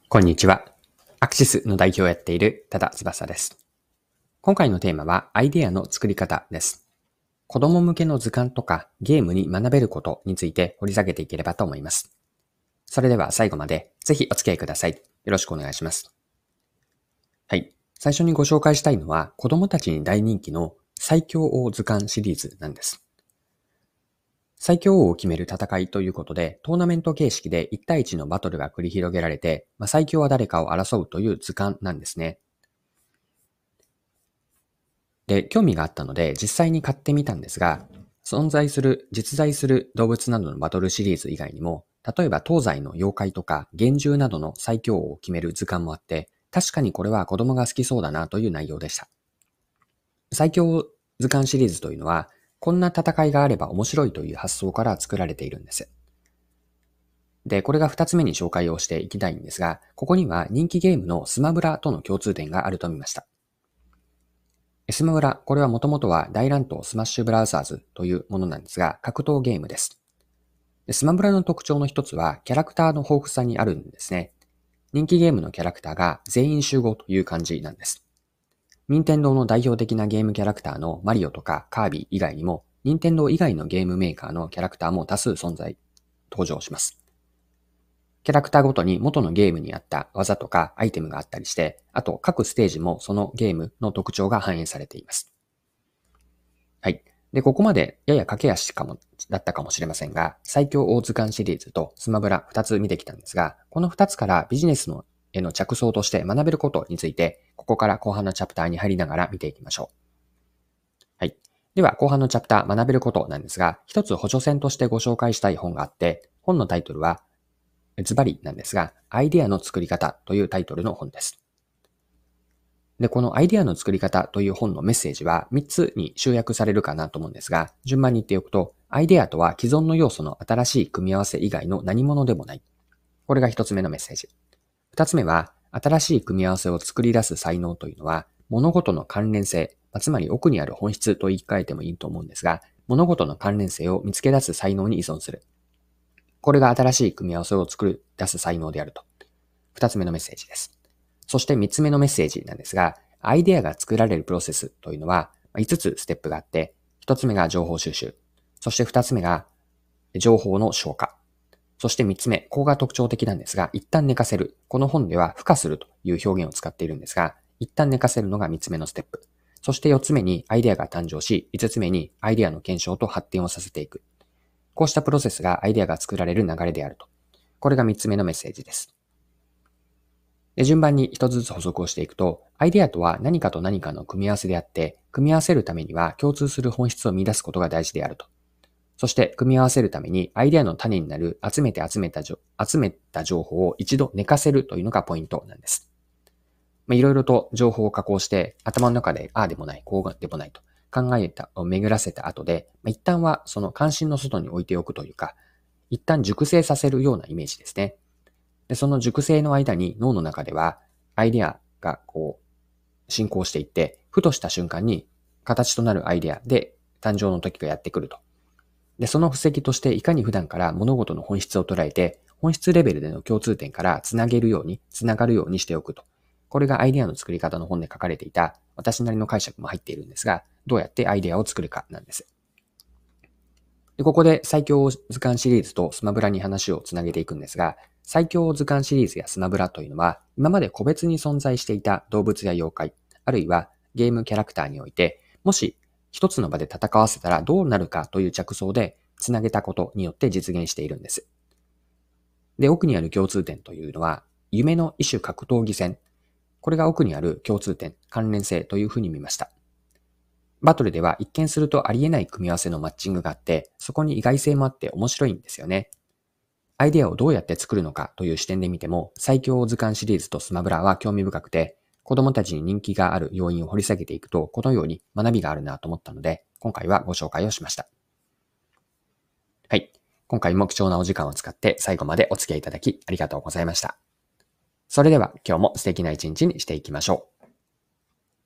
こんにちは。アクシスの代表をやっている多田翼です。今回のテーマはアイデアの作り方です。子供向けの図鑑とかゲームに学べることについて掘り下げていければと思います。それでは最後までぜひお付き合いください。よろしくお願いします。はい。最初にご紹介したいのは子供たちに大人気の最強王図鑑シリーズなんです。最強王を決める戦いということで、トーナメント形式で1対1のバトルが繰り広げられて、最強は誰かを争うという図鑑なんですね。で、興味があったので実際に買ってみたんですが、実在する動物などのバトルシリーズ以外にも、例えば東西の妖怪とか幻獣などの最強王を決める図鑑もあって、確かにこれは子供が好きそうだなという内容でした。最強図鑑シリーズというのは、こんな戦いがあれば面白いという発想から作られているんです。で、これが2つ目に紹介をしていきたいんですが、ここには人気ゲームのスマブラとの共通点があると見ました。スマブラ、これはもともとは大乱闘スマッシュブラザーズというものなんですが、格闘ゲームです。スマブラの特徴の一つは、キャラクターの豊富さにあるんですね。人気ゲームのキャラクターが全員集合という感じなんです。任天堂の代表的なゲームキャラクターのマリオとかカービィ以外にも、任天堂以外のゲームメーカーのキャラクターも多数登場します。キャラクターごとに元のゲームにあった技とかアイテムがあったりして、あと各ステージもそのゲームの特徴が反映されています。はい。で、ここまでやや駆け足だったかもしれませんが、最強大図鑑シリーズとスマブラ2つ見てきたんですが、この2つからビジネスへの着想として学べることについて、ここから後半のチャプターに入りながら見ていきましょう。はい。では、後半のチャプター学べることなんですが、一つ補助線としてご紹介したい本があって、本のタイトルは、ズバリなんですが、アイデアの作り方というタイトルの本です。で、このアイデアの作り方という本のメッセージは3つに集約されるかなと思うんですが、順番に言っておくと、アイデアとは既存の要素の新しい組み合わせ以外の何者でもない。これが1つ目のメッセージ。2つ目は、新しい組み合わせを作り出す才能というのは、物事の関連性、つまり奥にある本質と言い換えてもいいと思うんですが、物事の関連性を見つけ出す才能に依存する。これが新しい組み合わせを作り出す才能であると。2つ目のメッセージです。そして3つ目のメッセージなんですが、アイデアが作られるプロセスというのは5つステップがあって、1つ目が情報収集、そして2つ目が情報の消化、そして3つ目、ここが特徴的なんですが、一旦寝かせる。この本では孵化するという表現を使っているんですが、一旦寝かせるのが3つ目のステップ。そして4つ目にアイデアが誕生し、5つ目にアイデアの検証と発展をさせていく。こうしたプロセスがアイデアが作られる流れであると。これが3つ目のメッセージです。で、順番に一つずつ補足をしていくと、アイデアとは何かと何かの組み合わせであって、組み合わせるためには共通する本質を見出すことが大事であると。そして、組み合わせるためにアイデアの種になる集めた情報を一度寝かせるというのがポイントなんです。いろいろと情報を加工して、頭の中でああでもない、こうでもないと巡らせた後で、一旦はその関心の外に置いておくというか、一旦熟成させるようなイメージですね。で、その熟成の間に脳の中ではアイデアが進行していって、ふとした瞬間に形となるアイデアで誕生の時がやってくると。で、その布石としていかに普段から物事の本質を捉えて、本質レベルでの共通点からつながるようにしておくと。これがアイデアの作り方の本で書かれていた私なりの解釈も入っているんですが、どうやってアイデアを作るかなんです。で、ここで最強図鑑シリーズとスマブラに話をつなげていくんですが、最強図鑑シリーズやスマブラというのは、今まで個別に存在していた動物や妖怪、あるいはゲームキャラクターにおいて、もし一つの場で戦わせたらどうなるかという着想でつなげたことによって実現しているんです。で、奥にある共通点というのは、夢の異種格闘技戦。これが奥にある共通点、関連性というふうに見ました。バトルでは一見するとありえない組み合わせのマッチングがあって、そこに意外性もあって面白いんですよね。アイデアをどうやって作るのかという視点で見ても、最強図鑑シリーズとスマブラは興味深くて、子供たちに人気がある要因を掘り下げていくと、このように学びがあるなと思ったので、今回はご紹介をしました。はい。今回も貴重なお時間を使って最後までお付き合いいただきありがとうございました。それでは今日も素敵な一日にしていきましょう。